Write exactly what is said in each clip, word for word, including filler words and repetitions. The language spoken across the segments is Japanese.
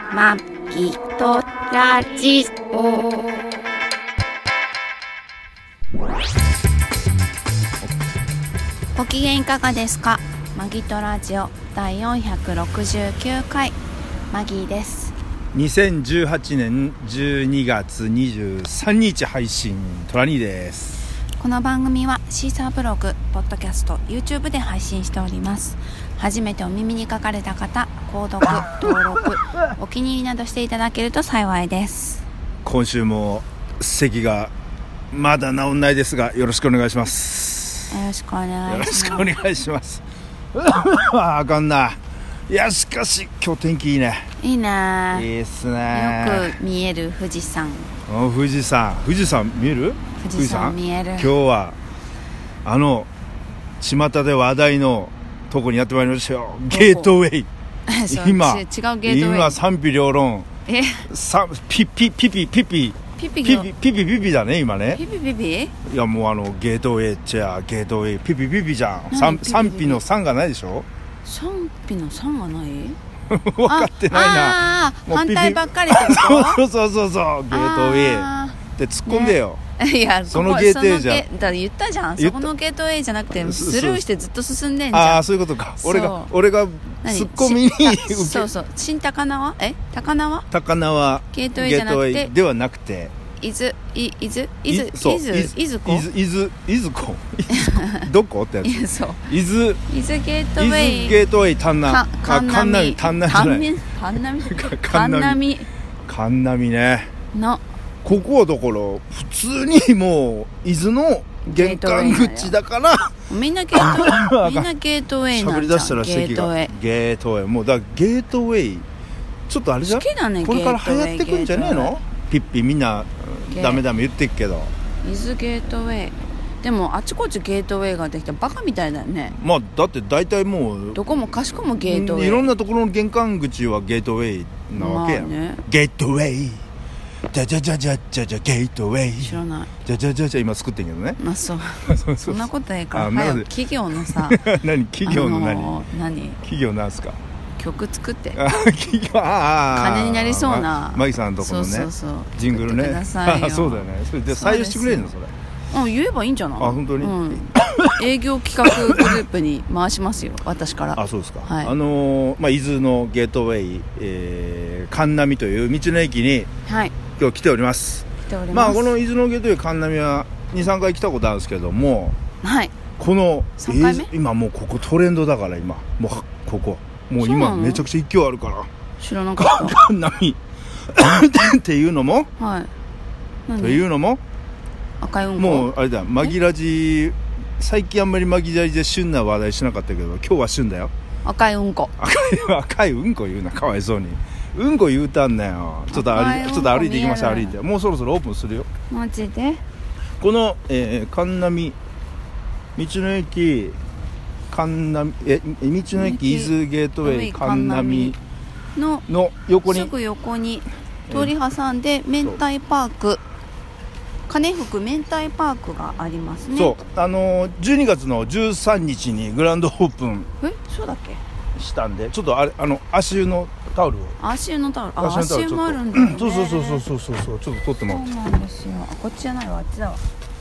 まきとラジオ。ご機嫌いかがですか。マギとラジオだいよんひゃくろくじゅうきゅうかい、マギーです。 にせんじゅうはちねんじゅうにがつにじゅうさんにち配信、トラニーです。 この番組はシーサーブログ、ポッドキャスト、YouTube で配信しております。初めてお耳に書かれた方、購読、登録、お気に入りなどしていただけると幸いです。 今週も咳がまだ治んないですが、よろしくお願いします。 よろしくお願いします。 よろしくお願いしますあかんな。いや、しかし今日天気いいね。 いいね。 いいっすね。 よく見える富士山。 お、富士山富士山見える。 富士山見える。 今日はあの巷で話題のとこにやってまいりましたよ。ゲートウェイ今違うゲートウェイ、 今賛否両論。 えさピピピピピピピピピピピピピピピだね今ね。 ピピピピ。 いやもうあのゲートウェイチェアゲートウェイピピピピじゃん。賛否の賛がないでしょ。 賛否の賛がない分かってないな。 ああ、反対ばっかりってことそうそうそうそう、ゲートウェイって突っ込んでよ、 ね、いやそのゲートウェイじゃん。 だから言ったじゃん、そこのゲートウェイじゃなくてスルーしてずっと進んでんじゃん。 ああ、そういうことか。俺が俺がツッコミにそうそう、新高輪え高輪高輪ゲートウェイじゃなくてではなくて伊豆伊豆伊豆伊豆伊豆伊豆伊豆伊豆湖どこってやつ。 いや、そう伊豆伊豆ゲートウェイ、 伊豆ゲートウェイ丹南神波丹南じゃない神波神波神波ね。 のここはだから普通にもう伊豆の玄関口だからみんなゲートウェイみんなゲートウェイなんじゃん。 喋り出したら席がゲートウェイ、もうだからゲートウェイちょっとあれじゃん。 好きだね、 これから流行ってくんじゃねえの。ピッピみんなダメダメ言ってっけど、 伊豆ゲートウェイでもあちこちゲートウェイができたバカみたいだよね。 まあだって大体もうどこもかしこもゲートウェイ、 いろんなところの玄関口はゲートウェイなわけやん、まあね、ゲートウェイじゃじゃじゃじゃじゃじゃゲートウェイ知らない。 じゃじゃじゃじゃ今作ってんけどね。 あ、そうそんなことないから早く企業のさ何企業の何、あのー、何企業なんすか。 曲作って企業あ金になりそうなマギさんのところのね、そうそうそうジングルね。 あ、そうだよね。それで採用してくれるのそれ。 あ、言えばいいんじゃない。 あ、本当に、うん、 営業企画グループに回しますよ私から。 あ、そうですか、 はい、 あのーまあ、伊豆のゲートウェイ、えー、神波という道の駅に、はい、今日来ております。 来ております。 まあ、この伊豆のゲートウェイ神波は にさんかい来たことあるんですけども、 はい、 このさんかいめ、 今もうここトレンドだから今もうここもう今めちゃくちゃ勢いあるから。 知らなかった神波っていうのも、 はい、 というのも赤いうんこ、 もうあれだ、マギラジ最近あんまりマギラジで旬な話題しなかったけど今日は旬だよ。 赤いうんこ赤い赤いうんこ言うな、かわいそうに。うんこ言うたんだよ。ちょっと歩いてちょっと歩いていきましょう。歩いてもうそろそろオープンするよ。 マジで。 この、えー、神波道の駅神波え道の駅伊豆ゲートウェイ神波のの横にすぐ横に通り挟んで明太パーク、金福明太パークがありますね。 そうあのー、じゅうにがつのじゅうさんにちにグランドオープンえそうだっけしたんで、ちょっとあれあの足湯のタオルを足湯のタオルあ足湯もあるんだよね。 そうそうそうそうそうそうそう、ちょっと撮ってもらって。 そうなんですよ。あ、こっちじゃないわ、あっちだわ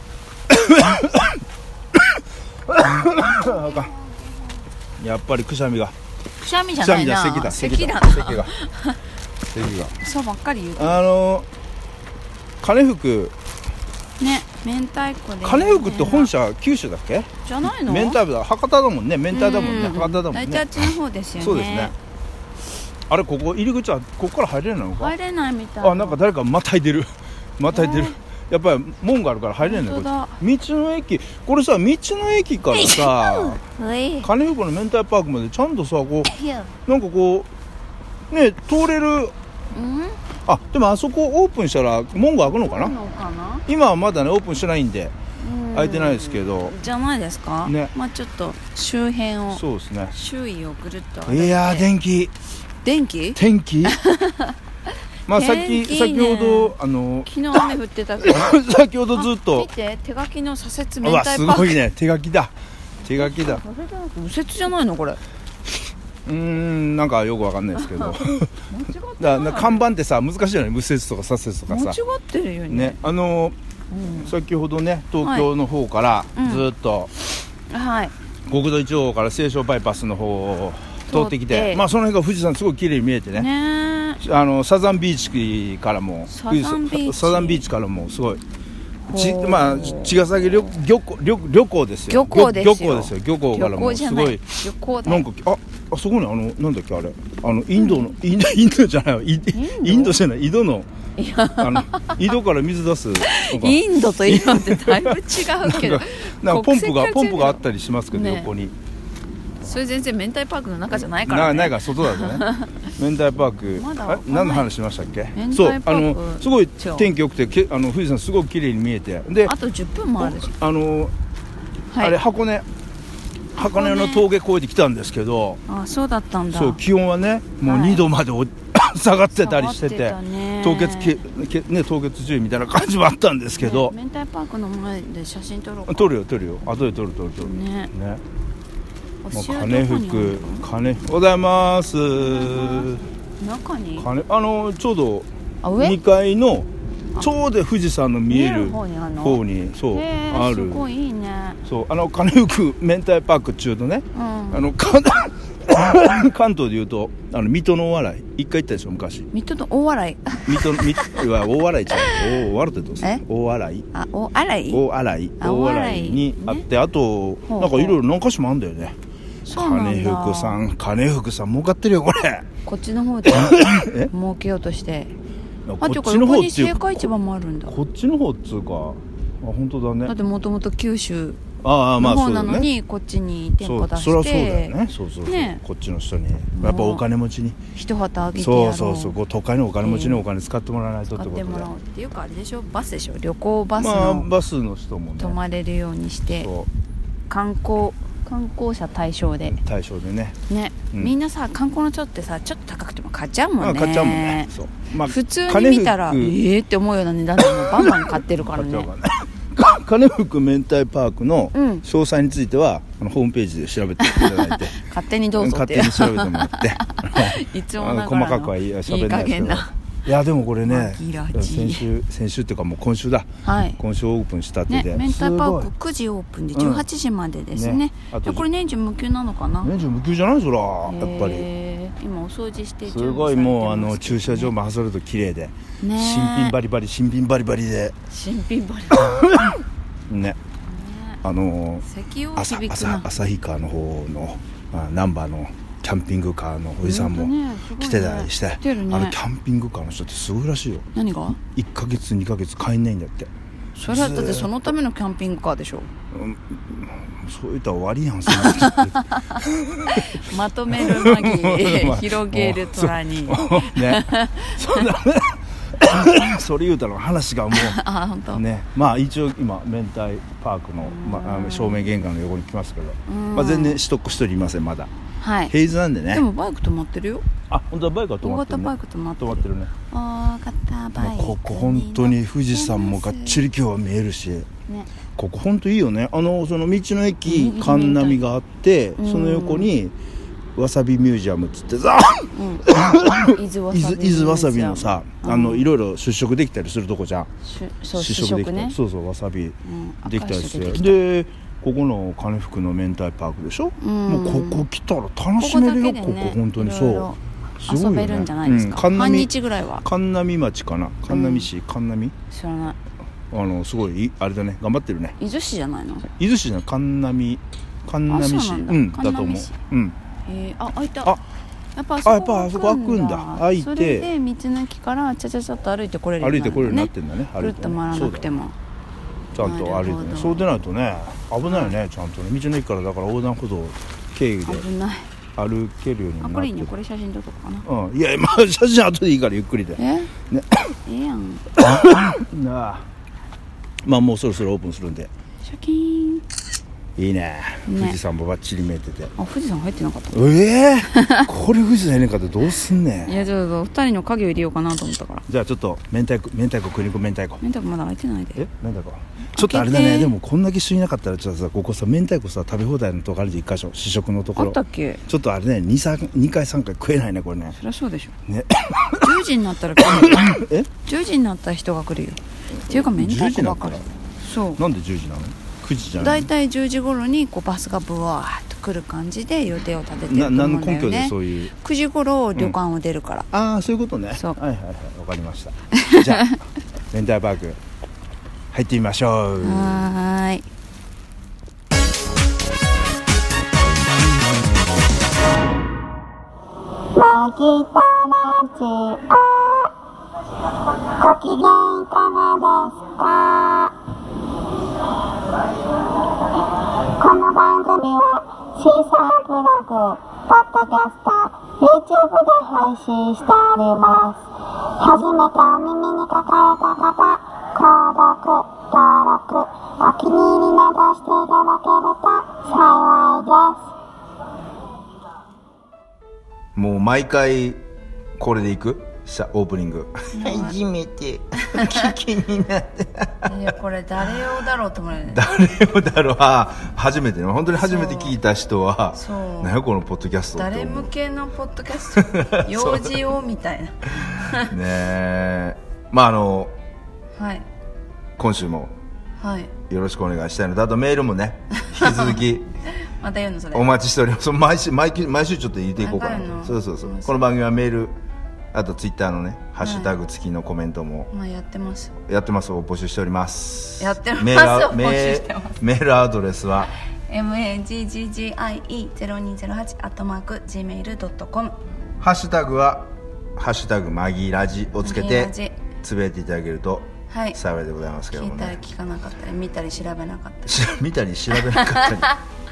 あかん、やっぱりくしゃみがくしゃみじゃないな、 咳だ咳だ咳が咳がそうばっかり言うとあの金福ね、明太子で、ね、 金福って本社九州だっけじゃないの。 明太子だ、博多だもんね。明太だもんね、博多だもんね。 大体あっちの方ですよね。 そうですね。あれ、ここ入り口はここから入れないのか。 入れないみたい。 あ、なんか誰かまたいでるまたいでる、やっぱり門があるから入れないの。道の駅、これさ、道の駅からさ金福の明太パークまでちゃんとさ、こうなんかこうね通れる、うん、あ、でもあそこオープンしたら門が開くのかな。今はまだねオープンしてないんで開いてないですけど。 じゃないですかね。まあちょっと周辺を、 そうですね、 周囲をぐるっと歩いて。 いやー、電気電気天気まあさっき、ね、先ほどあの昨日雨降ってたけど先ほどずっと見て、手書きの左折明太パーク。 うわ、すごいね、手書きだ手書きだ。 右折じゃないのこれ。 うーん、なんかよくわかんないですけど間違っだから看板ってさ難しいよね、右折とか左折とかさ。 間違ってるよね。 ね、あのーうん、先ほどね東京の方からずっと、 はい、 国道いち号から西湘バイパスの方を通ってきて、まあその辺が富士山すごい綺麗に見えてね。ね、あのサザンビーチからもサザンビーチサザンビーチからもすごい。ちまあ茅ヶ崎漁漁港漁漁港ですよ。 漁港ですよ。 漁港ですよ。漁港からもすごい。 漁港だ。 なんかああそこにあのなんだっけあれあのインドの、うん、インドインドじゃないわインドインドじゃない井戸のあの井戸から水出すインドと井戸ってだいぶ違うけどなんかポンプがポンプがあったりしますけど、ね、横に。 それ全然明太パークの中じゃないからね。 なないから外だとね明太パークまだあ何の話しましたっけ。 そうあのすごい天気良くてけあの富士山すごく綺麗に見えてであとじゅっぷんもあるしあの、はい、あれ箱根箱根の峠越えてきたんですけど、 あそうだったんだ。 そう気温はねもうにどまで、はい、下がってたりしてて凍結けけ、ね、凍結注意みたいな感じもあったんですけど、 ね、明太パークの前で写真撮ろうか。 撮るよ撮るよ後で撮る撮る撮るねね。もう金福金おはようございます。 中に金あのちょうどにかいのちょうど富士山の見える方にそうある。すごいいいね。 そうあの金福明太パーク中のね、うん、あの関東でいうとあの水戸の大洗一回行ったでしょ昔。 水戸の大洗水戸水戸は大洗ちゃう大洗ってどうする大洗あ大洗大洗大洗にあって、ね、あとなんかいろいろ何か所もあるんだよね。金福さん金福さん儲かってるよこれ。 こっちの方で儲けようとしてあと横に青果市場もあるんだ。 こっちの方っつうかあ本当だね。 だってもともと九州の方なのにこっちに店舗出して。 そりゃそうだよね。そうそうそう、ね、こっちの人にやっぱお金持ちに一旗あげてやろう。 そうそうそうこう都会のお金持ちにお金使ってもらわないとってことで、 使ってもらおうっていうかあれでしょバスでしょ旅行バスの、 まあ、バスの人もね泊まれるようにして観光観光者対象で対象でねね、うん、みんなさ観光のちょっとさちょっと高くても買っちゃうもんね。 買っちゃうもんね。そう、まあ、 普通に見たらえーって思うような値段でもバンバン買ってるからね金福明太パークの詳細については、うん、あのホームページで調べていただいて勝手にどうぞって勝手に調べてもらっていつもながらの細かくは喋んないですけどいやでもこれね先週先週っていうかもう今週だ、はい、今週オープンしたってで、 ね、明太パークくじオープンでじゅうはちじまでですね、うんね、じゃこれ年中無休なのかな。 年中無休じゃないそらやっぱり今お掃除してすごいもうあの駐車場も走ると綺麗で、ね、新品バリバリ新品バリバリで新品バリバリねあの朝日川の方のナンバーのキャンピングカーのおじさんも来てたりして、ねね、あのキャンピングカーの人ってすごいらしいよ。 何がいっかげつにかげつ帰んないんだって。 それだってそのためのキャンピングカーでしょ、うん、 そういったら終わりやんまとめるマギー広げる虎にねそんなそれ言うたら話がもうあ本当ねまあ一応今明太パークの、まあ、正面玄関の横に来ますけど、まあ、全然ストック一人いませんまだ。はい、平日なんでね。 でもバイク止まってるよ。 あ、本当はバイクは止まってるね。 大型バイク止まってる。 止まってるね。 大型バイク。 ここ本当に富士山もがっちり今日は見えるし、ね、ここ本当いいよね。あのその道の駅神波があって、うん、その横にわさびミュージアムっつってさ、うん、伊豆わさびのさ、あのいろいろ出食できたりするとこじゃん。 そう試食できたり、ね、 そうそうわさびできたりして、うん、で。ここの金福の明太パークでしょ、うん、もうここ来たら楽しめるよ。 こ, こ, ね、ここ本当にそうすごいよね。遊べるんじゃないですか、うん、半日ぐらいは神波町かな神波市、うん、神波知らないあのすごいあれだね頑張ってるね。 伊豆市じゃないの。 伊豆市じゃない神波神波市だ、うん、だと思う。うん、 えー、あ開いた。 あやっぱあそこ開くんだ。開いてそれで道の駅からちゃちゃちゃっと歩いてこれるようになる、ね、 歩いてこれるようになってんだね。 ぐるっと回らなくてもちゃんと歩いてね。そうでないとね危ないよね。ちゃんとね道の駅からだから横断歩道経由で歩けるようになって。あこれいいね。これ写真撮っとこうかな。うんいやまあ写真後でいいからゆっくりで。えねええやんなあまあもうそろそろオープンするんで。 シャキーンいい ね, ね富士山もバッチリ見えてて。 あ、富士山入ってなかった。 ええー、これ富士山入れんかったらどうすんねん。 いやちょっとふたりの影を入れようかなと思ったから。 じゃあちょっと明太子明太子食いに行こう。明太子明太子まだ開いてないで。 え明太子ちょっとあれだね。でもこんだけ人いなかったらちょっとさ、ここさ明太子さ食べ放題のとこあるでいっかしょ、試食のところあったっけ。 ちょっとあれね 2, にかいさんかい食えないねこれね。 そりゃそうでしょね。 じゅうじになったら来るよえじゅうじになったら人が来るよっていうか明太子ばっかり。そうなんでじゅうじなの。くじじゃない。 だいたいじゅうじ頃にこうバスがブワーっと来る感じで予定を立ててると思うんだよね。 何の根拠でそういう。 くじ頃旅館を出るから、 うん、ああそういうことね。 そうはいはいはいわかりましたじゃあ明太パーク入ってみましょう。 はーい。 マギタラジオご機嫌いかがですか。この番組はシーサーブログ、ポッドキャスト、YouTube で配信しております。初めてお耳に書かれた方、購読、登録、お気に入りなどしていただけると幸いです。 もう毎回これでいくオープニング初めて聞きになっていやこれ誰用だろうと思うよね。 誰用だろう。あ初めてね。本当に初めて聞いた人は何やこのポッドキャストって誰向けのポッドキャスト幼児用みたいなねえ。まああの、 はい、 今週もはいよろしくお願いしたいので、あとメールもね引き続きまた言うのそれお待ちしております。毎週毎週毎週ちょっと言っていこうかな。そうそうそう。この番組はメール、あとツイッターのねハッシュタグ付きのコメントも、 まあやってますやってますを募集しております。 やってますメールメールアドレスはエムエージージージーアイイーゼロにゼロはち アットマーク ジーメールドットコム。 ハッシュタグはハッシュタグマギラジをつけてつぶやいていただけると幸いでございますけどもね。 聞いたり聞かなかったり見たり調べなかったり見たり調べなかったり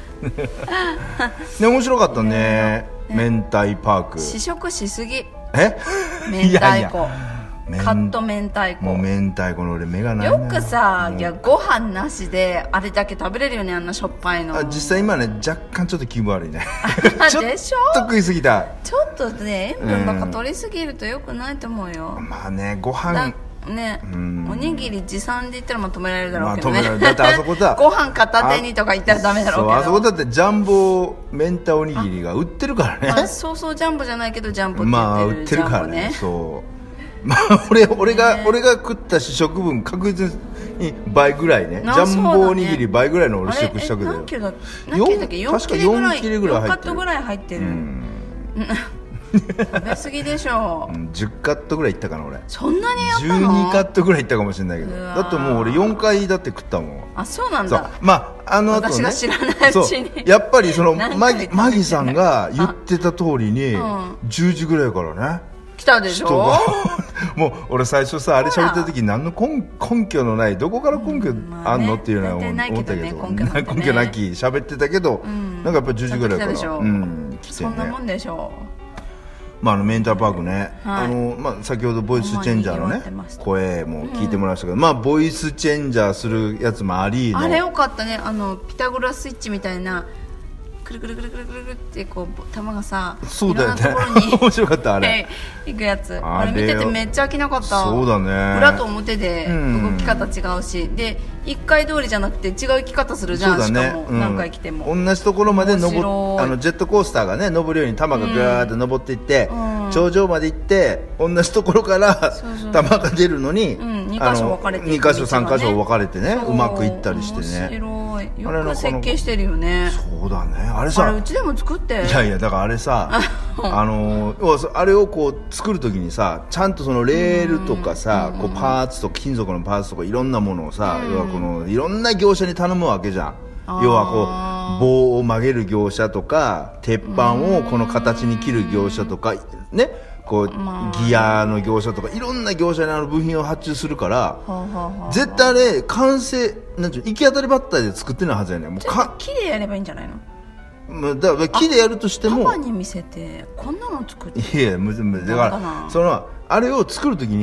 ね面白かったね。明太パーク試食しすぎ。 え明太子いやいやカット明太子。 もう明太子の俺目がないな。 よくさ、いやご飯なしであれだけ食べれるよね、あんなしょっぱいの。 あ実際今ね若干ちょっと気分悪いねちょっと食いすぎた。 ちょっとね塩分ばっか取りすぎるとよくないと思うよ、 うん、まあねご飯ね、おにぎり持参で言ったらまあ止められるだろうけどね、 まあ、止められる。だってあそこだご飯片手にとか言ったらダメだろうけど、 そうあそこだってジャンボ明太おにぎりが売ってるからね。 あそうそうジャンボじゃないけどジャンボって言まあってる、 売ってるからね。 ねそうまあ俺俺が、ね、俺が食った試食分確実に倍ぐらいね。ジャンボおにぎり倍ぐらいの俺試食したけど、 何キロだ何キロだっけよんキロぐらいよんキロぐらい入ってる。 よんカットぐらい入ってる。うん食べ過ぎでしょ、 うん、じゅっカットぐらいいったかな俺。 そんなにやったの。 じゅうにカットぐらいいったかもしれないけど、だってもう俺よんかいだって食ったもん。 あそうなんだ。 まああの後ね、 私が知らないうちにやっぱりそのマギマギさんが言ってた通りに、うん、じゅうじぐらいからね来たでしょもう俺最初さあれ喋った時何の 根, 根拠のないどこから根拠あんの、うんまあね、っていうのは思ったけど、ね、根拠、ね、根拠なき喋ってたけど、うん、なんかやっぱりじゅうじぐらいから、 うん、来てね、そんなもんでしょう。 まあ、あのメンタルパークね、はい、あのまあ、先ほどボイスチェンジャーのね声も聞いてもらいましたけど、うん、まあボイスチェンジャーするやつもありのあれよかったね。あのピタゴラスイッチみたいなくるくるくるくるくるってこう球がさそうだよねいろんなところに面白かったあれ行くやつ あ, あれ見ててめっちゃ飽きなかった。 そうだね裏と表で動き方違うし、うん、で一回通りじゃなくて違う生き方するじゃん。そうだね、しかも何回来ても、 うん、同じところまで登あのジェットコースターがね登るように球がぐーって登っていって、うん、頂上まで行って同じところから球が出るのに、うん、 に箇所分かれてに箇所さん箇所分かれてねうまくいったりしてね。 面白い。よく設計してるよね。 そうだね。あれさあれうちでも作って。 いやいやだからあれさあのあれをこう作るときにさちゃんとそのレールとかさ、うん、こうパーツとか金属のパーツとかいろんなものをさ、うん、要はこのいろんな業者に頼むわけじゃん。要はこう棒を曲げる業者とか鉄板をこの形に切る業者とかねこうギアの業者とかいろんな業者にあの部品を発注するから絶対あれ完成なんていう行き当たりばったりで作ってないはずやねん。もうか木でやればいいんじゃないの。 だから木でやるとしてもパパに見せてこんなの作っていやむずむずだからそのあれを作るときに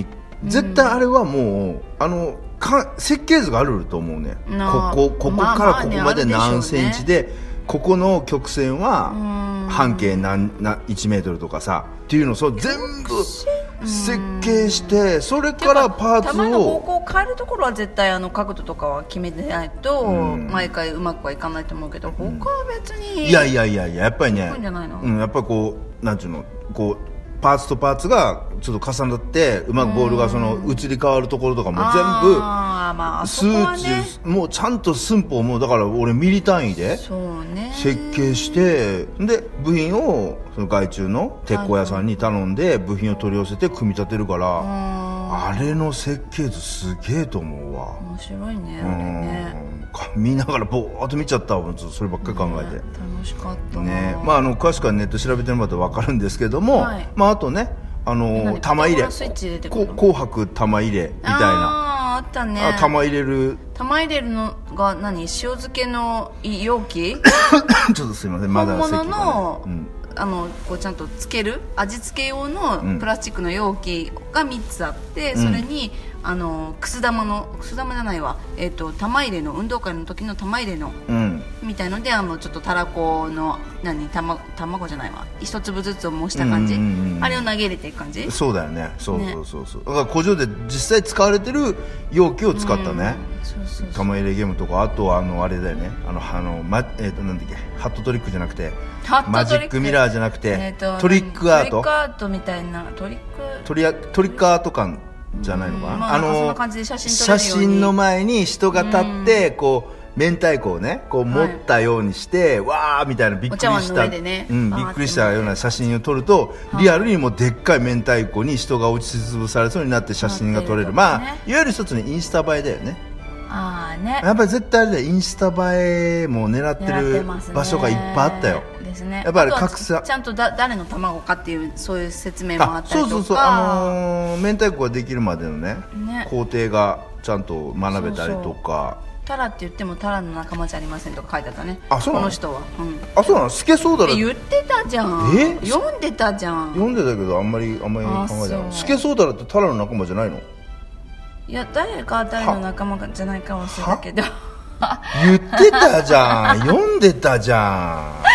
絶対あれはもうあのか設計図があると思うね。ここここからここまで何センチで、まあまあね、ここの曲線は半径何何いちメートルとかさっていうのをそう全部設計して、それからパーツを球の方向を変えるところは絶対あの角度とかは決めてないと毎回うまくはいかないと思うけど、他は別に、 いやいやいやいややっぱりね、 うん、 やっぱりこうなんていうのこうパーツとパーツがちょっと重なってうまくボールがその移り変わるところとかも全部数値もうちゃんと寸法もだから俺ミリ単位で設計してで部品をその外注の鉄工屋さんに頼んで部品を取り寄せて組み立てるから、あれの設計図すげえと思うわ。 面白いねあれね。 見ながらぼーっと見ちゃったわ。そればっかり考えて、 ね、楽しかったね。まあ、あの詳しくはネット調べてもらったら分かるんですけども、はい、まあ、あとねあの玉入れ紅白玉入れみたいなああったね。 あ玉入れる玉入れるのが何塩漬けの容器ちょっとすいませんまだ本物の、うん、あのこうちゃんとつける味付け用のプラスチックの容器がみっつあって、うん、それにあのくす玉のくす玉じゃないわ、えー、と玉入れの運動会の時の玉入れの、うん、みたいのであのちょっとたらこの何たま卵じゃないわ一粒ずつを模した感じ、うんうんうん、あれを投げ入れていく感じ。 そうだよね。そうそうそうそう、ね、だから工場で実際使われてる容器を使ったね、うん、そうそうそう玉入れゲームとか、あとはあのあれだよねあのあの、まえー、となんだっけハットトリックじゃなくてマジックミラーじゃなくて、えー、とトリックアートトリックアートみたいなトリックトリアトリックアート感じゃないのかな、 まあ、 あの写 真, 写真の前に人が立ってこう明太子をねこう持ったようにして、はい、わーみたいなびっくりした、ねうん、びっくりしたような写真を撮るとリアルにもでっかい明太子に人が落ちつぶされそうになって写真が撮れる、まあいわゆる一つのインスタ映えだよね。 あーね、 やっぱり絶対あれだよインスタ映えも狙ってる場所がいっぱいあったよ。 ですね、 やっぱり格差ちゃんとだ誰の卵かっていうそういう説明もあったりとか、 そうそうそう、あのー、明太子ができるまでの ね, ね工程がちゃんと学べたりとか。 タラって言ってもタラの仲間じゃありませんとか書いてあったね。 あ、そうなのこの人は、うん、 あ、そうなの。スケソウダラ言ってたじゃん。え読んでたじゃん。 読んでたけどあんまりあんまり考えてない。スケソウダラってタラの仲間じゃないの？ いや誰か誰の仲間じゃないかもしれないけど言ってたじゃん読んでたじゃん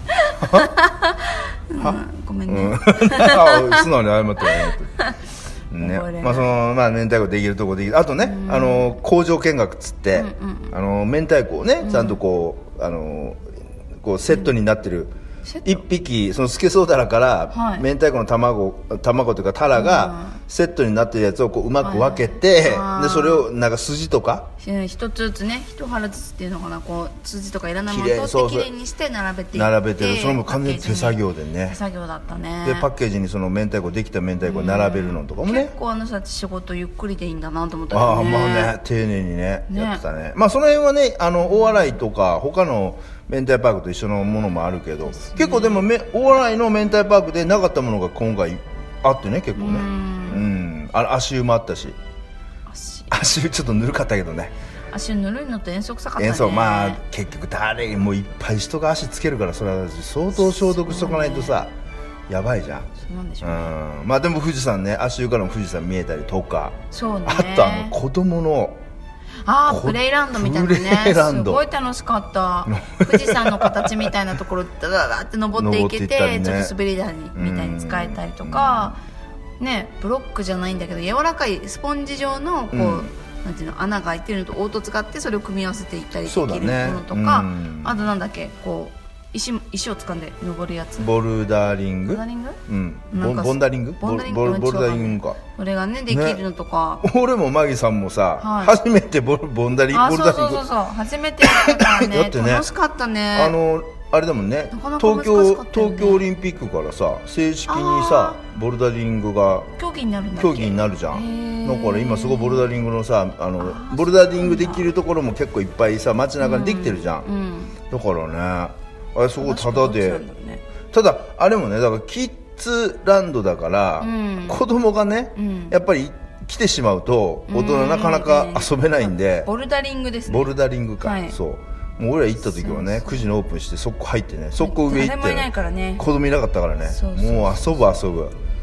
うん、ごめんね、うん、 素直に謝って謝ってね、まあそのまあ明太子できるとこできる。あとね、うん、あの工場見学っつって、うんうん、あの明太子をね、うん、ちゃんとこうあのこうセットになってる、うん一匹そのスケソウダラから明太子の卵、はい、卵というかタラがセットになってるやつをこううまく分けて、はい、でそれをなんか筋とか一つずつね一腹ずつっていうのかなこう筋とかいらないものを取ってきれいにして並べていって並べてる。それも完全に手作業でね手作業だったね。 でパッケージにその明太子できた明太子を並べるのとかもね、 結構あの人たち仕事ゆっくりでいいんだなと思ったらね。 あまあね丁寧に ね, ねやってたね。まあその辺はねあの大洗とか他の明太パークと一緒のものもあるけど、ね、結構でもめ大洗の明太パークでなかったものが今回あってね結構ね。うんうんあ足湯もあったし 足, 足湯ちょっとぬるかったけどね。 足湯ぬるいのと塩素臭かったね。 塩素まあ結局誰もういっぱい人が足つけるからそれは相当消毒しとかないとさ、ね、やばいじゃん。 そうなんでしょうね。うんまあでも富士山ね足湯からも富士山見えたりとか。 そうね。 あとあの子供のあープレイランドみたいなねすごい楽しかった富士山の形みたいなところダダダって登っていけ て, て、ね、ちょっと滑り台みたいに使えたりとか、ね、ブロックじゃないんだけど柔らかいスポンジ状のこう、うん、なんていうの穴が開いてるのと凹凸があってそれを組み合わせていったりできるものとか、ね、あとなんだっけこう 石, 石を掴んで登るやつボルダリングボルダリング、 うん、ボ, ボンダリングボルダリングかそれがねできるのとか、 ね、俺もマギさんもさ、はい、初めてボルボンダリングあそうそうそうそう初めてやったからねね楽しかったね。 あのあれだもんね、なかなか難しかったよね。東京、東京オリンピックからさ正式にさボルダリングが競技になるんだっけ。 競技になるじゃん。だから今すごいボルダリングのさあのボルダリングできるところも結構いっぱいさ街中にできてるじゃん、うんうん、だからねあれすごいタダで、ね、ただあれもねだからキッズランドだから、うん、子供がね、うん、やっぱり来てしまうと大人なかなか遊べないんで、 ボルダリングですね。 ボルダリングか、はい、そうもう俺ら行った時はねくじにオープンして速攻入ってね速攻上行って、ね、 誰もいないからね子供いなかったからねそうそうそうもう遊ぶ遊ぶ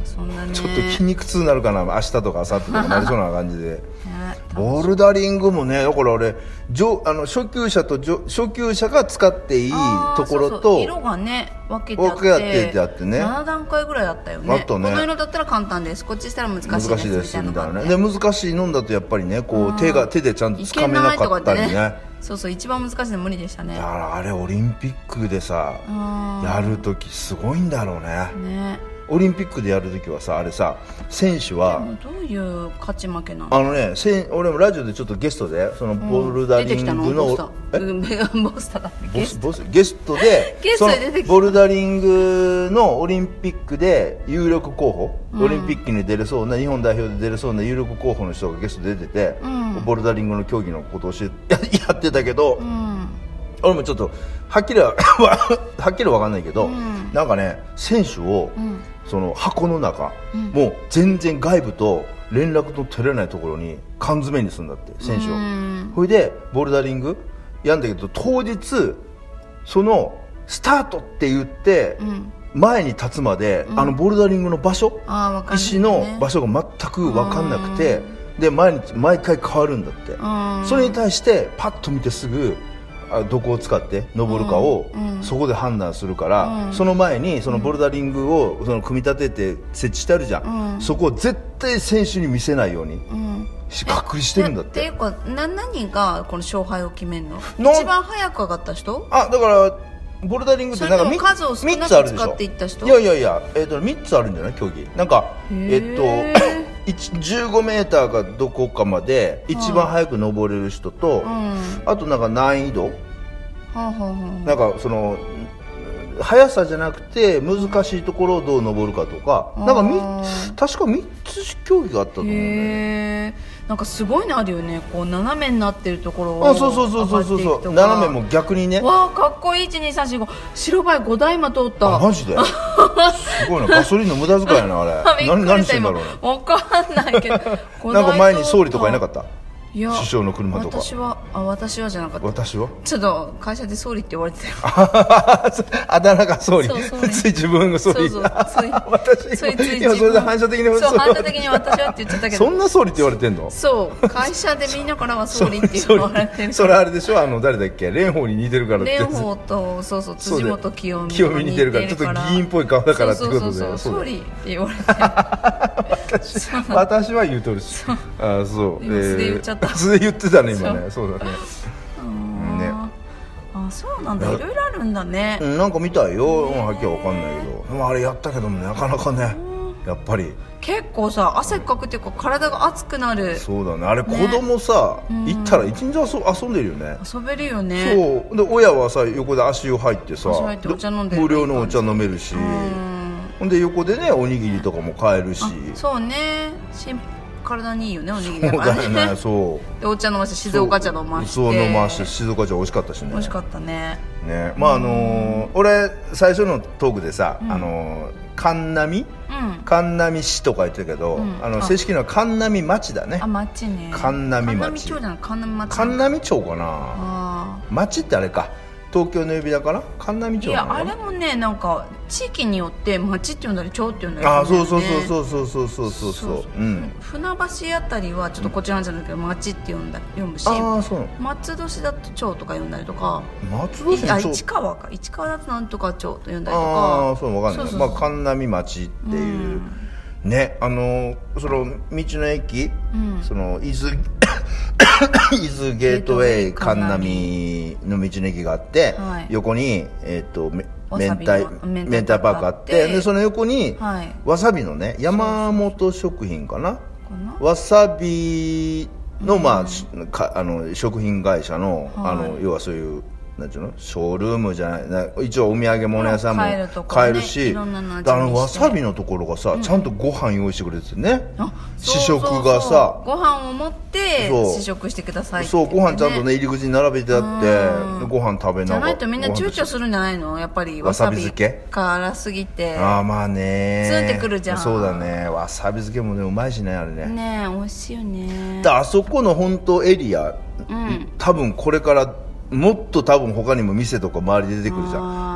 そんなね、 ちょっと筋肉痛になるかな、明日とか明後日とかなりそうな感じでボルダリングもね、だから俺上あの初級者と初級者が使っていいところと、そうそう、 色がね分けてあって、 分けてあってね、 なな段階ぐらいあったよね。 あったね。 この色だったら簡単です、こっちしたら難しいです、難しいですみたいなね。 で難しいのんだとやっぱりね、こう手が手でちゃんと掴めなかったり ね, ねそうそう、一番難しいの無理でしたね。 だからあれオリンピックでさやるときすごいんだろうね。 ね、 オリンピックでやるときはさ、あれさ、選手はどういう勝ち負けなの？ あのね、俺もラジオでちょっとゲストでそのボルダリングの、 うん、ボスタだゲストゲストでそのボルダリングのオリンピックで有力候補、うん、オリンピックに出れそうな、日本代表で出れそうな有力候補の人がゲストで出てて、うん、ボルダリングの競技のことを教えやってたけど、うん、俺もちょっとはっきりははっきり分かんないけど、うん、なんかね、選手を、うん、その箱の中、うん、もう全然外部と連絡の取れないところに缶詰にするんだって、選手を。それでボルダリングやんだけど、当日そのスタートって言って、うん、前に立つまで、うん、あのボルダリングの場所、ね、石の場所が全く分かんなくて、で毎日毎回変わるんだって。それに対してパッと見てすぐどこを使って登るかをそこで判断するから、うん、その前にそのボルダリングをその組み立てて設置してあるじゃん、うん、そこを絶対選手に見せないように、うん、隔離してるんだって。っていうかな何がこの勝敗を決めるの？一番早く上がった人？ あ、だからボルダリングってなんか数を少なく使っていった人？ いやいやいや、えー、とみっつあるんじゃない競技なんか、えっ、ー、とじゅうごメーターかどこかまで一番早く登れる人と、うん、あとなんか難易度、はあはあ、なんかその速さじゃなくて難しいところをどう登るかとか、なんかみ確かみっつ競技があったと思うんだよね。 なんかすごいのあるよね、こう斜めになってるところをあ、そうそうそうそうそうそう、斜めも逆にね。 わあ、かっこいい。いちにさんしご白バイごだいま通った。 あ、マジで？すごいな、ガソリンの無駄遣いやなあれ。何何してんだろうね。 わかんないけどなんか前に総理とかいなかった？いや、首相の車とか。 私はあ私はじゃなかった。 私はちょっと会社で総理って言われてたよ。 あだ名が総理。つい自分が総理。そうそう私そいやそれで反射的にそう反射的に私はって言っちゃったけど。 そんな総理って言われてんの？ そう会社でみんなからは総理って言われてる。 それあれでしょ、あの誰だっけ、蓮舫に似てるからって。 蓮舫とそうそう辻元清美清美似てるからちょっと議員っぽい顔だからってことで。 そうそうそう総理って言われて。 私は言うとるし。あ、そう。 今素で言っちゃった。 素で言ってたね今ね。そうだね。 ね。あ、そうなんだ、いろいろあるんだね。 なんか見たいよ、はっきりわかんないけど、でもあれやったけどもなかなかね、やっぱり結構さ汗かくっていうか体が熱くなる。 そうだね、あれ子供さ行ったら一日遊んでるよね。 遊べるよね。 そうで親はさ横で足を入ってさ無料のお茶飲めるし、ほんで横でねおにぎりとかも買えるし。 そうね、体にいいよねおにぎりだからね。そうだね、そうでお茶飲まして静岡茶飲まして、 そう飲まして静岡茶美味しかったしね。 美味しかったね。 ね、まああの俺最初のトークでさ、あの神波神波市とか言ってたけど、あの正式な神波町だね。 あ、町ね。 神波町。 神波町じゃない、神波町。 神波町かな。町ってあれか。東京の呼びだから神波町。 いやあれもね、なんか地域によって町って呼んだり町って呼んだり、 ね、あ、そうそうそうそうそうそうそうそう、うん、 船橋あたりはちょっとこちらなんじゃないけど町って呼んだ読むし、 あ、そう、 松戸市だと町とか呼んだりとか、 松戸市の町、 市川か市川だとなんとか町と呼んだりとか、 ああ、そう、わかんない。まあ神波町っていう、うん、ね、あのその道の駅、うん、その伊豆伊豆ゲートウェイ神波の道の駅があって、はい、横に、えー、と明太明太パークあって、でその横に、はい、わさびのね山本食品かな、わさびの、まあ、かあの食品会社の、はい、あの要はそういうなんていうのショールームじゃないな、一応お土産物屋さんも買えるし、あのわさびのところがさ、うん、ちゃんとご飯用意してくれててね、試食がさ、 ご飯を持って試食してくださいって、 ね、そうご飯ちゃんとね入り口に並べてあって、ご飯食べながら、じゃないとみんな躊躇するんじゃないの、やっぱりわさび漬け辛すぎて。 ああ、まあね、 ツンってくるじゃん。 そうだね、わさび漬けもねうまいしね、あれね。 ねえ、美味しいよね。 だあそこの本当エリア、うん、多分これからもっと多分他にも店とか周り出てくるじゃん。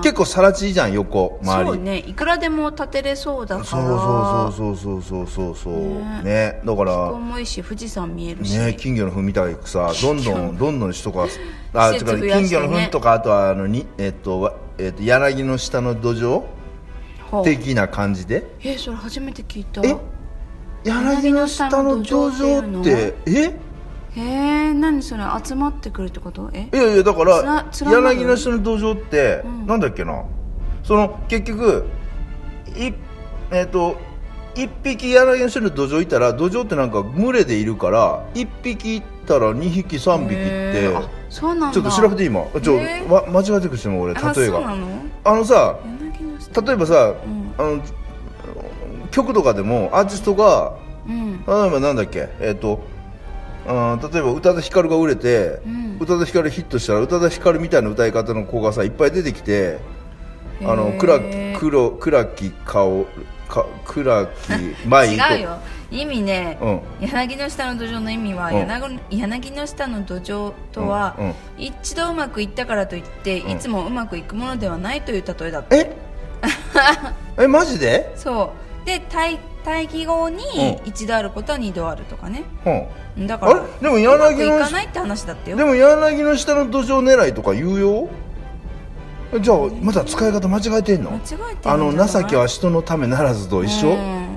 結構更地じゃん横周り。 そうね、いくらでも建てれそうだから。 そうそうそうそうそうそうそうね, ねだから気候もいいし富士山見えるしね、金魚の糞みたいくさどんどんどんどん人があ違う、ね、金魚の糞とかあとはあのにえっとえっと柳の下の土壌的な感じで。 えそれ初めて聞いた。 え柳の下の土壌ってえへえ、何それ集まってくるってこと？えいやいやだから柳の下の土壌って、うん、なんだっけな、その結局いえっと一匹柳の下の土壌いたら土壌ってなんか群れでいるから一匹いったら二匹三匹ってあそうなんだ。 ちょっと調べて今ちょわ間違えてくしても俺例えがあそうなのあのさ例えばさ、うん、あの曲とかでもアーティストが、うん、例えばなんだっけえっとあ例えば宇多田ヒカルが売れて、うん、宇多田ヒカルヒットしたら宇多田ヒカルみたいな歌い方の子がさいっぱい出てきてあの倉黒倉木顔か倉木舞違うよ意味ね、うん、柳の下の土壌の意味は、うん、柳, 柳の下の土壌とは、うんうん、一度うまくいったからといって、うん、いつもうまくいくものではないという例えだって。 ええマジで？ そうで対対義語に一度あることは二度あるとかね、うん、だからあれでも柳のいかないって話だってよ。 でも柳の下の土壌狙いとか言うよ。じゃあまだ使い方間違えてんの？間違えてんのあの情けは人のためならずと一緒、うん、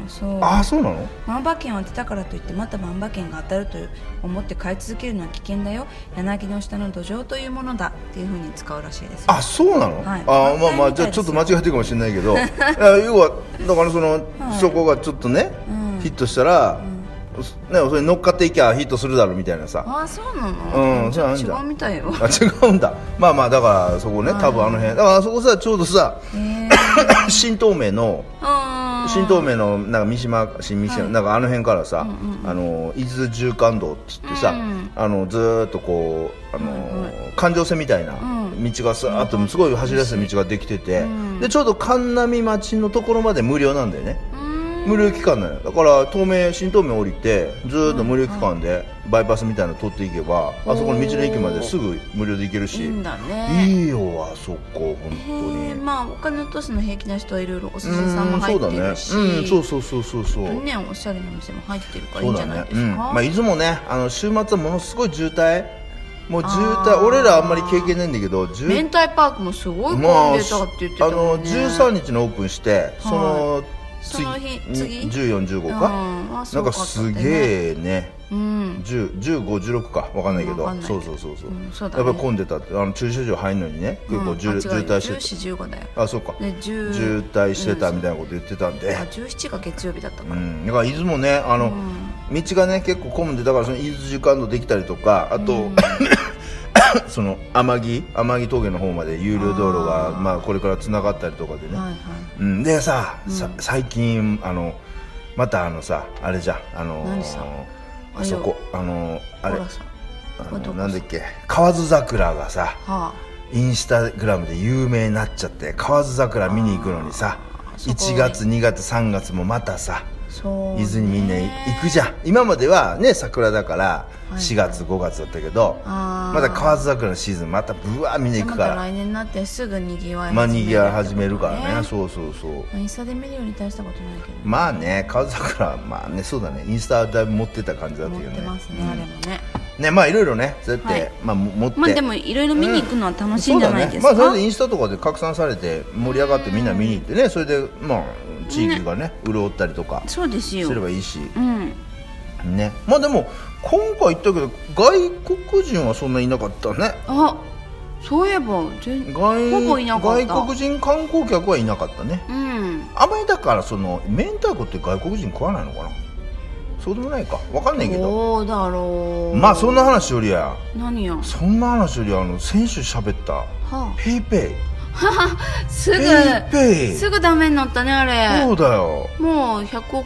そうああそうなの？ 万馬券を当てたからといってまた万馬券が当たると思って買い続けるのは危険だよ。柳の下の土壌というものだっていう風に使うらしいですよ。 あそうなの、はい、あまあまあじゃあちょっと間違えてるかもしれないけど要はだからその、はい、そこがちょっとね、うん、ヒットしたら、うんね、それに乗っかっていきゃヒットするだろうみたいなさ。 あそうなの？うん、それ違うみたいよ。 あ違うんだ。まあまあだからそこね、多分あの辺だからあそこさちょうどさ、新東名の新東名のなんか三島新三島、はい、なんかあの辺からさ、うんうん、あの伊豆縦貫道っつってさ、うん、あのずーっとこうあの、うんうん、環状線みたいな道がさーっとすごい走りやすい道ができてて、うん、でちょうど神波町のところまで無料なんだよね。無料期間なのよ。だから東名新東名降りてずーっと無料期間でバイパスみたいなの通っていけば、うん、あそこの道の駅まですぐ無料で行けるしいいんだね。いいよあそこ本当に。 まあお金落とすの平気な人はいろいろお寿司屋さんも入ってるし、 うん、そうそうそうそうそうねおしゃれな店も入ってるからいいんじゃないですか。ねうん、まあ出雲ねあの週末はものすごい渋滞もう渋滞俺らあんまり経験ないんだけど明太パークもすごい混んでたって言ってたもんね。 あのじゅうさんにちのオープンしてその、はいその日次じゅうよん、じゅうごか、うん、なんかすげえね、うん、じゅう、じゅうご、じゅうろくかわかんないけどそうそうそうそう、うんそうだね、やっぱり混んでたってあの駐車場入るのにね結構渋、うん、渋滞してたじゅうよん、じゅうごだよ。 あそうか渋滞してたみたいなこと言ってたんで、うん、 あじゅうしちが月曜日だったから、うん、 だから出雲ねあの、うん、道がね結構混んでだからその伊豆縦貫道できたりとかあと、うんその天城天城峠の方まで有料道路がまあこれからつながったりとかでね、はいはいうん、でさ、うん、さ最近あのまたあのさあれじゃんあのー、あそこあのー、あれあのなんだっけ河津桜がさ、はあ、インスタグラムで有名になっちゃって河津桜見に行くのにさいちがつにがつさんがつもまたさ伊豆にみんな行くじゃん。今まではね桜だからしがつごがつだったけど、はい、まだ河津桜のシーズンまたブワーみんな行くからまた来年になってすぐにぎわいまあにぎわい始めるからね。そうそうそうインスタで見るように大したことないけど、ね、 まあね河津桜まあねそうだねインスタだいぶ持ってた感じだったけどね。 持ってますね、うん、あれもねねまあいろいろねそうやって、はい、まあ持ってまあでもいろいろ見に行くのは楽しいんじゃないですか、 うん、そうだねまあそれでインスタとかで拡散されて盛り上がってみんな見に行ってねそれでまあ地域がね潤ったりとかすればいいし、うんね、まあでも今回言ったけど外国人はそんないなかったね。 あそういえば外ほぼいなかった。 外国人観光客はいなかったね、うん、あまりだからその明太子って外国人食わないのかな。そうでもないか分かんないけどどうだろう。 まあそんな話よりや何やそんな話よりあの先週喋った、はあ、ペイペイすぐペイペイすぐダメになったねあれ。 そうだよもうひゃくおくえん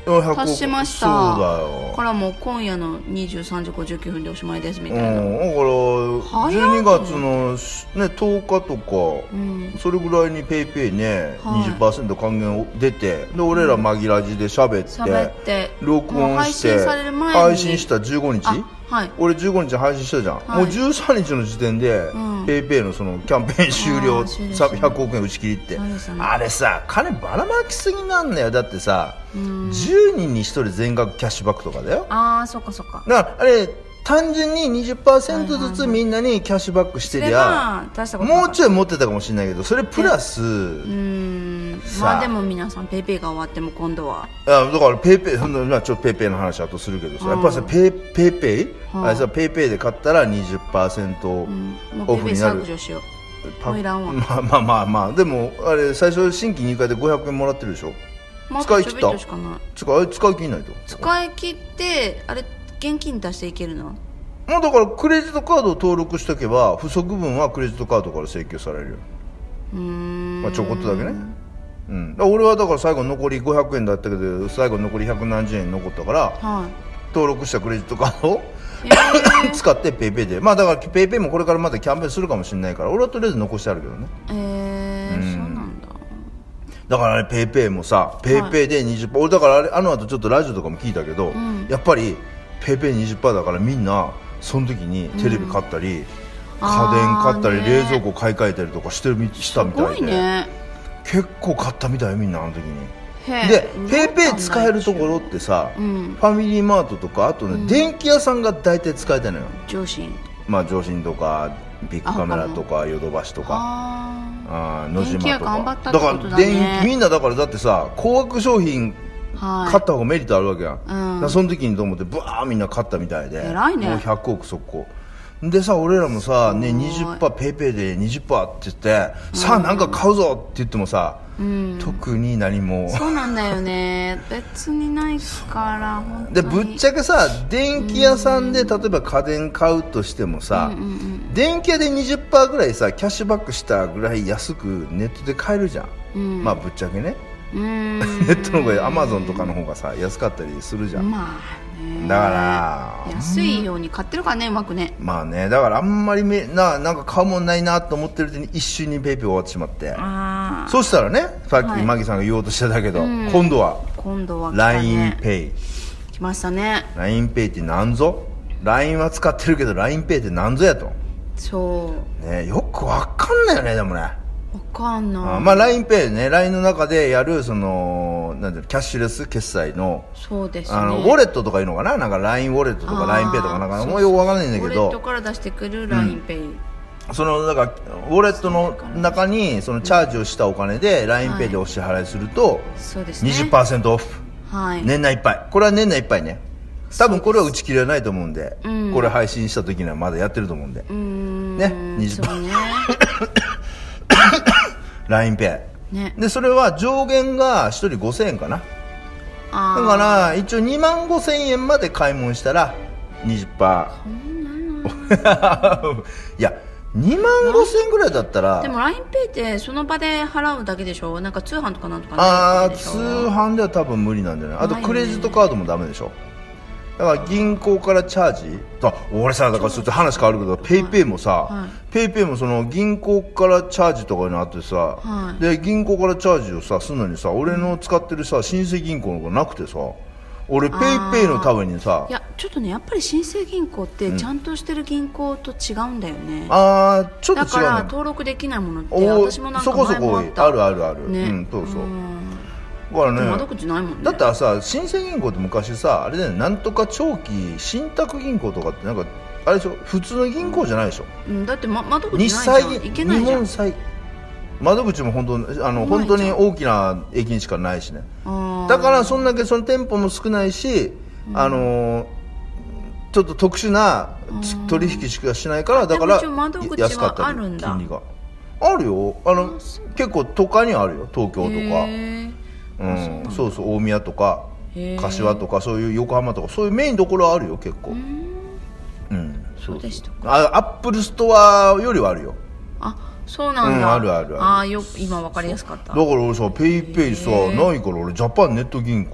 達しました。 そうだよ。 からもう今夜のにじゅうさんじごじゅうきゅうふんでおしまいですみたいな。 うん、だからじゅうにがつの、ね、とおかとか、うん、それぐらいにペイペイね、はい、にじゅっパーセント 還元出て、で俺ら紛らじで喋って、喋って録音して配信される前に配信したじゅうごにち、はい、俺じゅうごにち配信したじゃん、はい、もうじゅうさんにちの時点で、うん、ペイペイのそのキャンペーン終了、ひゃくおくえん打ち切りって、ね、あれさ金ばらまきすぎなんだよ。だってさ、うん、じゅうにんにひとり全額キャッシュバックとかだよ。 ああそっかそっか。 だからあれ単純に にじゅっパーセント ずつみんなにキャッシュバックしてりゃ、もうちょい持ってたかもしれないけど、それプラス、うーん、まあでも皆さんペイペイが終わっても今度は、 あだからペイペイ、そんなちょっとペイペイの話あとするけどさ、やっぱりさペイペイペイ、あれさペイペイで買ったら にじゅっパーセント オフになる。 まあまあまあまあ、でもあれ最初新規入会でごひゃくえんもらってるでしょ。使い切った？使い使い切んないと。 使い切ってあれ現金出していけるの？ まあだからクレジットカードを登録しとけば不足分はクレジットカードから請求されるよ。うーん、まあちょこっとだけね。うん、だ俺はだから最後残りごひゃくえんだったけど最後残りひゃくなんじゅうえん残ったから、はい、登録したクレジットカードを、えー、使ってペイペイで、まあだからペイペイもこれからまたキャンペーンするかもしれないから俺はとりあえず残してあるけどね。 えー、うん、そうなんだ。 だからあれペイペイもさペイペイで にじゅっパーセント、はい、俺だからあれあの後ちょっとラジオとかも聞いたけど、うん、やっぱりペイペイ にじゅっパーセント だからみんなその時にテレビ買ったり、うん、家電買ったり、ね、冷蔵庫買い替えたりとかしてるしたみたいで、ね、結構買ったみたいみんなあの時に。でペイペイ使えるところってさ、うん、ファミリーマートとかあとね、うん、電気屋さんが大体使えたのよ。 上信、 まあ上信とかビッグカメラとかヨドバシとかあ野島とか、だから電気みんなだからだってさ高額商品買った方がメリットあるわけや、うん、だその時にと思ってブワーみんな買ったみたいで、 偉いね、 もうひゃくおく速攻でさ、俺らもさ、ね、にじゅっパーセント ペイペイで にじゅっパーセント って言って、うん、さあなんか買うぞって言ってもさ、うん、特に何もそうなんだよね別にないから本当にでぶっちゃけさ電気屋さんで例えば家電買うとしてもさ、うんうんうん、電気屋で にじゅっパーセント ぐらいさキャッシュバックしたぐらい安くネットで買えるじゃん、うん、まあぶっちゃけねうーんネットの方がアマゾンとかの方がさ安かったりするじゃん。まあね、だから安いように買ってるからねうまくね。 まあねだからあんまりめななんか買うもんないなと思ってるうちに一瞬にペイペイ終わってしまって、あそうしたらねさっきマギさんが言おうとしてたけど、はい、今度は今度は、ね、 ラインペイ来ましたね。 ラインペイってなんぞ ライン は使ってるけど ラインペイってなんぞやと。 そうねよくわかんないよねでもねわかんない。 あまあ ラインペイ ね ライン の中でやるそのなんていうのキャッシュレス決済のそうです、ね、 あのウォレットとかいうのかななんか ライン ウォレットとか ラインペイ とかなんかもうよくわかんないんだけどウォレットから出してくる ラインペイ、うん、 そのなんかウォレットの中にそのチャージをしたお金で ラインペイ でお支払いすると、 そうですね、 にじゅっパーセント オフ、はい、年内いっぱいこれは年内いっぱいね多分これは打ち切りはないと思うんで、うん、これ配信した時にはまだやってると思うんでうんね にじゅっパーセント ねラインペイ、ね、でそれは上限がひとりごせんえんかな。あだから一応にまんごせんえんまで買い物したら にじゅっパーセント いやにまんごせんえんぐらいだったらでも ラインペイ ってその場で払うだけでしょ。なんか通販とかなんとかないでしょ。 あ通販では多分無理なんじゃない。あとクレジットカードもダメでしょ。だから銀行からチャージあ俺さだからちょっと話変わるけどペイペイもさ、はい、ペイペイもその銀行からチャージとかにあってさ、はい、で銀行からチャージをさするのにさ俺の使ってるさ新生銀行のがなくてさ俺ペイペイのためにさいやちょっとねやっぱり新生銀行ってちゃんとしてる銀行と違うんだよね、 うん、ああちょっと違う、ね、だから登録できないものって私もなんか前もあった。そこそこあるあるある、ね、うんそうそうだからね、 窓口ないもんね。 だったらさ新生銀行って昔さあれだよねなんとか長期信託銀行とかってなんかあれでしょ普通の銀行じゃないでしょ、 うん、だって、ま、窓口ないじゃんいけないじゃん。日本債窓口も本当あの本当に大きな駅にしかないしね。だからそんだけその店舗も少ないし、うん、あのちょっと特殊な取引しかしないからだから安かったり金利があるよ。あの結構都会にはあるよ東京とか。うん、そうそう大宮とか柏とかそういう横浜とかそういうメインどころはあるよ結構。うん、そうでしたか。あアップルストアよりはあるよ。 あそうなんだ、うん、 あるあるある。 あよ今分かりやすかった。 だから俺さペイペイさ、うん、ないから俺ジャパンネット銀行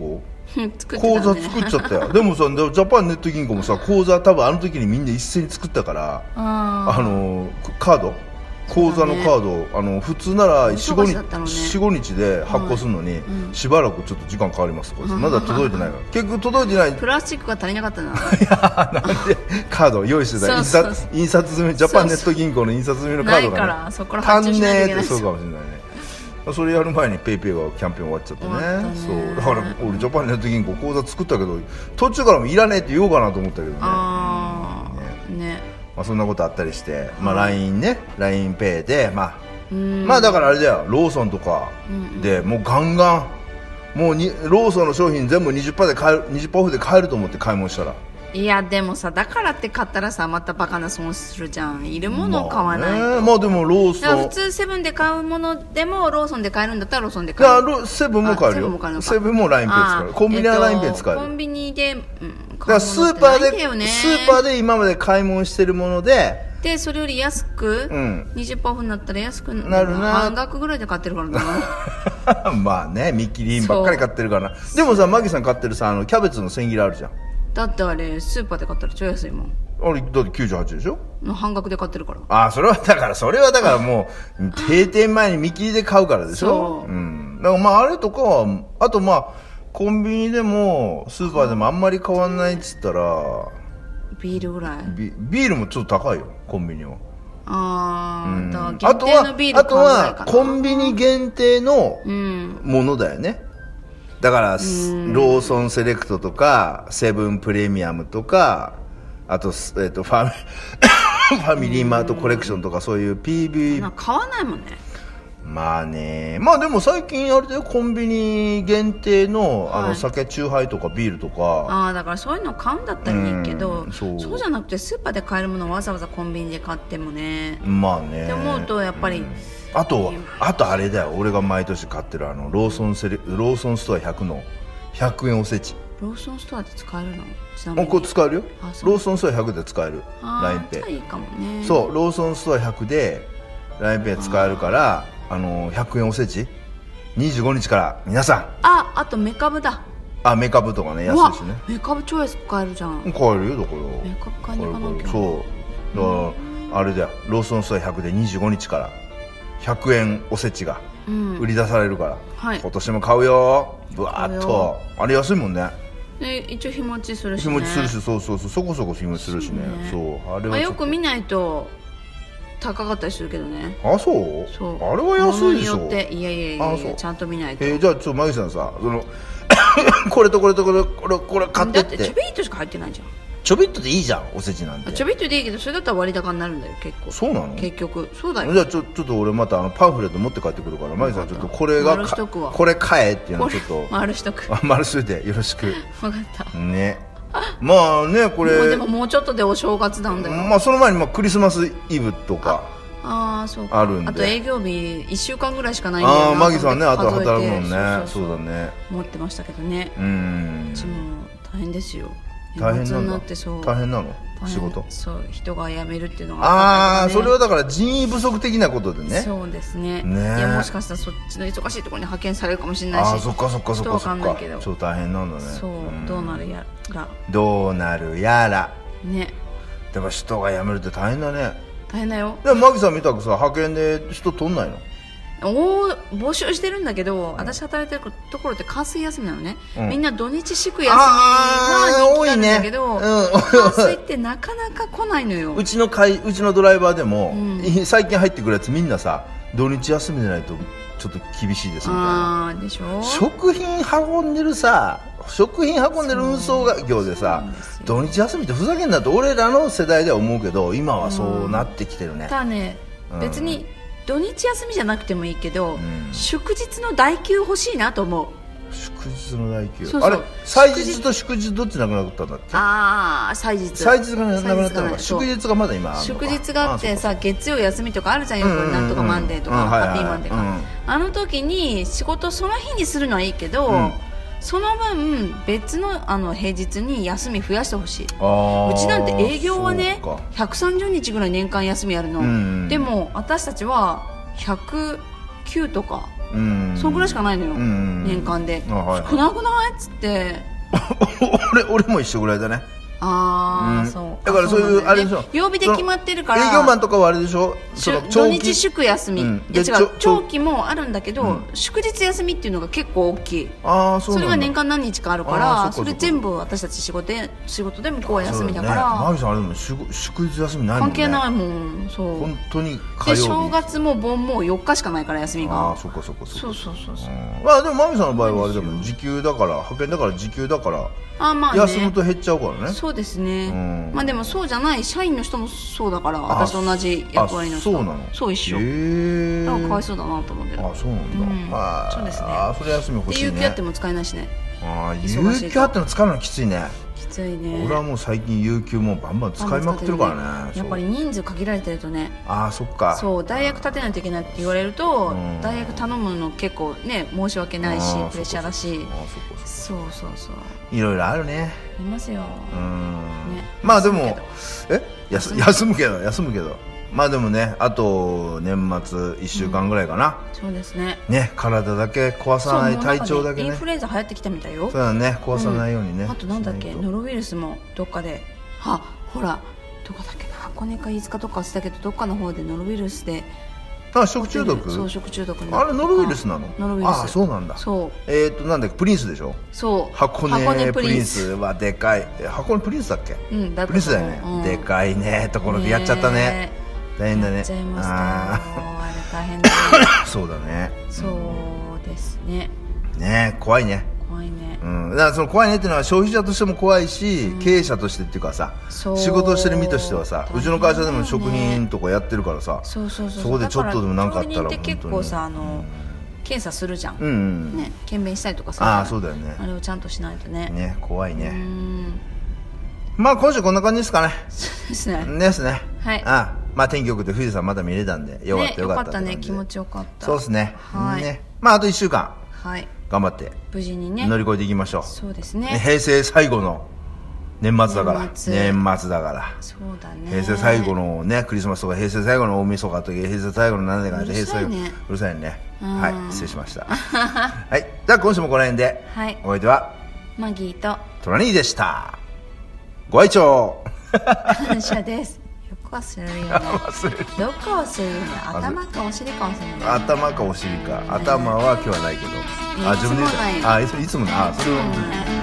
口座作っちゃったよでもさジャパンネット銀行もさ口座多分あの時にみんな一斉に作ったからあのカード口座のカード、ね、あの普通なら よん,ご 日で発行するのに、うんうん、しばらくちょっと時間かかりますこれまだ届いてないから結局届いてないプラスチックが足りなかったないやなんでカードを用意してた印刷印刷済みジャパンネット銀行の印刷済みのカードが、ね、 ないからそこから発注しないといけないそうかもしれないねそれやる前にペイペイがキャンペーン終わっちゃって ね, ねそうだから俺ジャパンネット銀行口座作ったけど途中からもいらねえって言おうかなと思ったけどねああ ね, ねまあ、そんなことあったりして、まあ、ライン ね ラインペイ で、まあ、まあだからあれだよローソンとかでもうガンガンもうにローソンの商品全部 にじゅっパーセント で買える にじゅっパーセント オフで買えると思って買い物したらいやでもさだからって買ったらさまたバカな損するじゃんいるものを買わないと、 まあね、まあでもローソン普通セブンで買うものでもローソンで買えるんだったらローソンで買えるいやセブンも買えるよセブンも ラインペイ 使えるコンビニは ラインペイ 使える、 えっと、コンビニで、うん、 だからスーパーで、ね、スーパーで今まで買い物してるものででそれより安く、うん、にじゅっパーセント オフになったら安くなるな半額ぐらいで買ってるからなまあね見切りばっかり買ってるからなでもさマギさん買ってるさあのキャベツの千切りあるじゃんだってあれスーパーで買ったら超安いもんあれだってきゅうじゅうはちでしょ半額で買ってるからああそれはだからそれはだからもう閉店前に見切りで買うからでしょそう、うん、だからまああれとかはあとまあコンビニでもスーパーでもあんまり変わんないっつったらビールぐらいビ, ビールもちょっと高いよコンビニはあ、うん、だ限定のビール買わないかなあとはコンビニ限定のものだよね、うん、だからローソンセレクトとかセブンプレミアムとかあと、えー、とファミファミリーマートコレクションとかそういう ピービー買わないもんねまあねまあでも最近あれだよコンビニ限定 の, あの酒チューハイとかビールとかああだからそういうの買うんだったらいいけど、うん、そう、そうじゃなくてスーパーで買えるものをわざわざコンビニで買ってもねまあねって思うとやっぱり、うん、 あとあとあれだよ俺が毎年買ってるあのローソンセレローソンストアひゃくのひゃくえんおせちローソンストアで使えるのちなみにこれ使えるよローソンストアひゃくで使える ラインペイいいかもねそうローソンストアひゃくで ラインペイ 使えるからあのひゃくえんおせちにじゅうごにちから皆さんああとメカブだあメカブとかね安いしねメカブ超安く買えるじゃん買えるよだからメカブ買いに行かなきゃそうだから、うん、あれだよローソンストアひゃくでにじゅうごにちからひゃくえんおせちが売り出されるから、うんはい、今年も買うよぶわーっとあれ安いもんねで一応日持ちするしね日持ちするしそうそうそうそこそこ日持ちするしねそうあれはよく見ないと高かったりするけどねあそうそうあれは安いでしょ物によっていやいやいやいやちゃんと見ないと、 えー、じゃあちょっとマギさんさそのこれとこれとこれこれこれ買ってってだってちょびっとしか入ってないじゃんちょびっとでいいじゃんおせちなんてちょびっとでいいけどそれだったら割高になるんだよ結構そうなの結局そうだよじゃあちょ、ちょっと俺またあのパンフレット持って帰ってくるからマギさんちょっとこれがこれ買えっていうのをちょっと丸しとく丸しといてよろしく分かったねまあねこれもうでももうちょっとでお正月なんだよまあその前にまあクリスマスイブとかああそうかあるんであと営業日いっしゅうかんぐらいしかないんだよなああマギさんねあとは働くもんねそうだね思ってましたけどねうんうちも大変ですよ大変なんだそう大変なの仕事そう人が辞めるっていうのが、ね、 ああそれはだから人員不足的なことでねそうですねねいやもしかしたらそっちの忙しいところに派遣されるかもしれないしああそっかそっかそっかそっかそう大変なんだねそう、うん、どうなるやらどうなるやらねでも人が辞めるって大変だね大変だよでもマギさんみたくさ派遣で人取んないのお募集してるんだけど、うん、私働いてるところって火水休みなのね、うん、みんな土日祝休みが人気なんだけど、ねうん、火水ってなかなか来ないのようちの会うちのドライバーでも、うん、最近入ってくるやつみんなさ土日休みでないとちょっと厳しいですみたいなあでしょ食品運んでるさ食品運んでる運送業でさ土日休みってふざけんなって俺らの世代では思うけど今はそうなってきてるね、うん、 ただね、うん、別に土日休みじゃなくてもいいけど、うん、祝日の代休欲しいなと思う祝日の代休そうそうあれ祭日と祝日どっちなくなったんだっけああ祭日祭日がなくなったのか祝日がまだ今あるのか祝日があってさ月曜休みとかあるじゃんよく、うんうんうん、なんとかマンデーとか、うん、ハッピーマンデーとか、うん、あの時に仕事その日にするのはいいけど、うんその分別 の, あの平日に休み増やしてほしい。うちなんて営業はねひゃくさんじゅうにちぐらい年間休みあるの、うんうん、でも私たちはひゃくきゅうとかうん、 そんぐらいしかないのよ、うん、年間で、はいはい、少なくないっつって俺, 俺も一緒ぐらいだね。 ああ、 うん、 そうだからそういうあれでしょ、 曜日で決まってるから営業マンとかはあれでしょ、 土日祝休み、うん、いや違う長期もあるんだけど、うん、祝日休みっていうのが結構大きい。あー、そうなんだ。それが年間何日かあるから、それ全部私たち仕事で仕事で向こうは休みだから。 マギさんあれでも祝日休みないもんね。 関係ないもん。そう、 本当に火曜日で正月も盆もよっかしかないから休みが。 あー、そっかそっかそっか。 そうそうそうそう。 まあでもマギさんの場合はあれでも時給だから、派遣だから時給だから、あ、まあね、休むと減っちゃうからね。 そうですね、うん、まあでもそうじゃない社員の人もそうだから、私と同じ役割の人。そうなの。そう一緒。へー、だからかわいそうだなと思うけど。 あ、そうなんだ、うん、あ、そうですね。あ、それ休み欲しいね。 で有給あっても使えないしね。 あ、有給あっても使うのきついね。 きついね。 俺はもう最近有給もバンバン使いまくってるからね。 やっぱり人数限られてるとね。 ああ、そっか。 そう、代役立てないといけないって言われると、代役頼むの結構ね、申し訳ないしプレッシャーだし。そうそうそう、 いろいろあるね。 いますよ。 うん、ね、まあでもえ休休むけど休むけどまあでもね、あと年末いっしゅうかんぐらいかな、 うん、そうですね。 ね、体だけ壊さない、体調だけね。 インフルエンザ流行ってきたみたいよ。 そうだね、壊さないようにね、うん、 あとなんだっけ、ノロウイルスもどっかで、あ、ほらどこだっけな、箱根か飯塚とかしたけど、どっかの方でノロウイルスで、 あ、食中毒。 そう、食中毒。 あれノロウイルスなの？ ノロウイルス。 あ、そうなんだ。そう。えっとなんだっけ、プリンスでしょ？ そう。 箱根プリンスはでかい。箱根プリンスだっけ？うん、だプリンスだよね、うん。でかいね、ところでやっちゃったね。大変だね。やっちゃいました。あれ大変だね。そうだね。 そうですね。 ね、怖いね。 怖いね。 うん、だからその怖いねっていうのは消費者としても怖いし、うん、経営者としてっていうかさ、仕事をしてる身としてはさ、うちの会社でも職人とかやってるからさ、そうそうそう、そこでちょっとでも何かあったら、 職人って結構さ、あの、うん、検査するじゃん、うんうん、ね、検便したりとかさ、あ、そうだよね、 あれをちゃんとしないとね。 ね、怖いね。うん、まあ今週こんな感じですかね。 そうですね。 ですね。 はい。 あ、まあ天気良くて富士山まだ見れたんでよかったよかった。 よかったね、気持ちよかった。 そうですね。はい。ね、まああといっしゅうかん。はい。頑張って無事にね乗り越えていきましょう。 そうですね。 平成最後の年末だから、年末だから、 そうだね、 平成最後のね、クリスマスとか平成最後の大晦日とか平成最後の何年かで、平成うるさいね。はい、失礼しました。はい、じゃあ今週もこの辺で、はい、お相手はマギーとトラニーでした。ご愛聴感謝です。よく忘れるよね。どこ忘れるよね。頭かお尻か忘れるよね。 頭かお尻か、頭は今日はないけど、あ、自分で言うた。あ、いつもね、あ、それは